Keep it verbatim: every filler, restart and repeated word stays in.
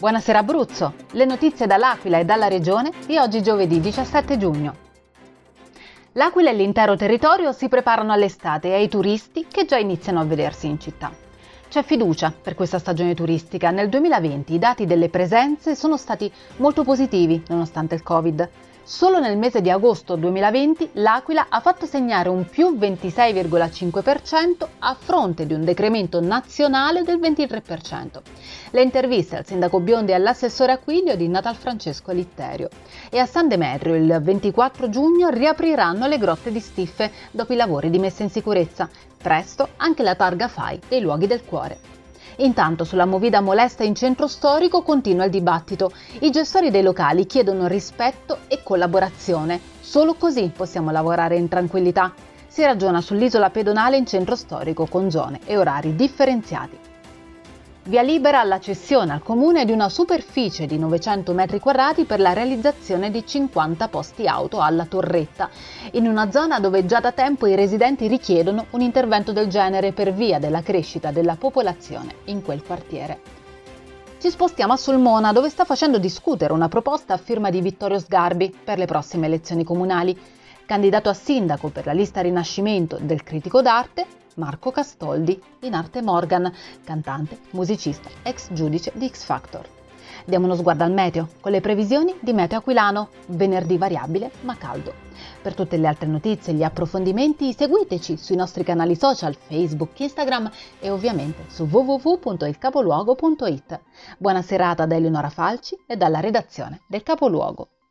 Buonasera Abruzzo, le notizie dall'Aquila e dalla regione di oggi giovedì diciassette giugno. L'Aquila e l'intero territorio si preparano all'estate e ai turisti che già iniziano a vedersi in città. C'è fiducia per questa stagione turistica. Nel duemilaventi i dati delle presenze sono stati molto positivi nonostante il Covid. Solo nel mese di agosto duemilaventi l'Aquila ha fatto segnare un più ventisei virgola cinque per cento a fronte di un decremento nazionale del ventitré per cento. Le interviste al sindaco Biondi e all'assessore Aquilio di Natal Francesco Litterio. E a San Demetrio il ventiquattro giugno riapriranno le grotte di Stiffe dopo i lavori di messa in sicurezza. Presto anche la targa F A I dei luoghi del cuore. Intanto sulla movida molesta in centro storico continua il dibattito. I gestori dei locali chiedono rispetto e collaborazione. Solo così possiamo lavorare in tranquillità. Si ragiona sull'isola pedonale in centro storico con zone e orari differenziati. Via libera alla cessione al comune di una superficie di novecento metri quadrati per la realizzazione di cinquanta posti auto alla Torretta, in una zona dove già da tempo i residenti richiedono un intervento del genere per via della crescita della popolazione in quel quartiere. Ci spostiamo a Sulmona, dove sta facendo discutere una proposta a firma di Vittorio Sgarbi per le prossime elezioni comunali. Candidato a sindaco per la lista Rinascimento del critico d'arte, Marco Castoldi, in arte Morgan, cantante, musicista, ex giudice di X Factor. Diamo uno sguardo al meteo, con le previsioni di Meteo Aquilano, venerdì variabile ma caldo. Per tutte le altre notizie e gli approfondimenti seguiteci sui nostri canali social Facebook, Instagram e ovviamente su w w w punto il capoluogo punto it. Buona serata da Eleonora Falci e dalla redazione del Capoluogo.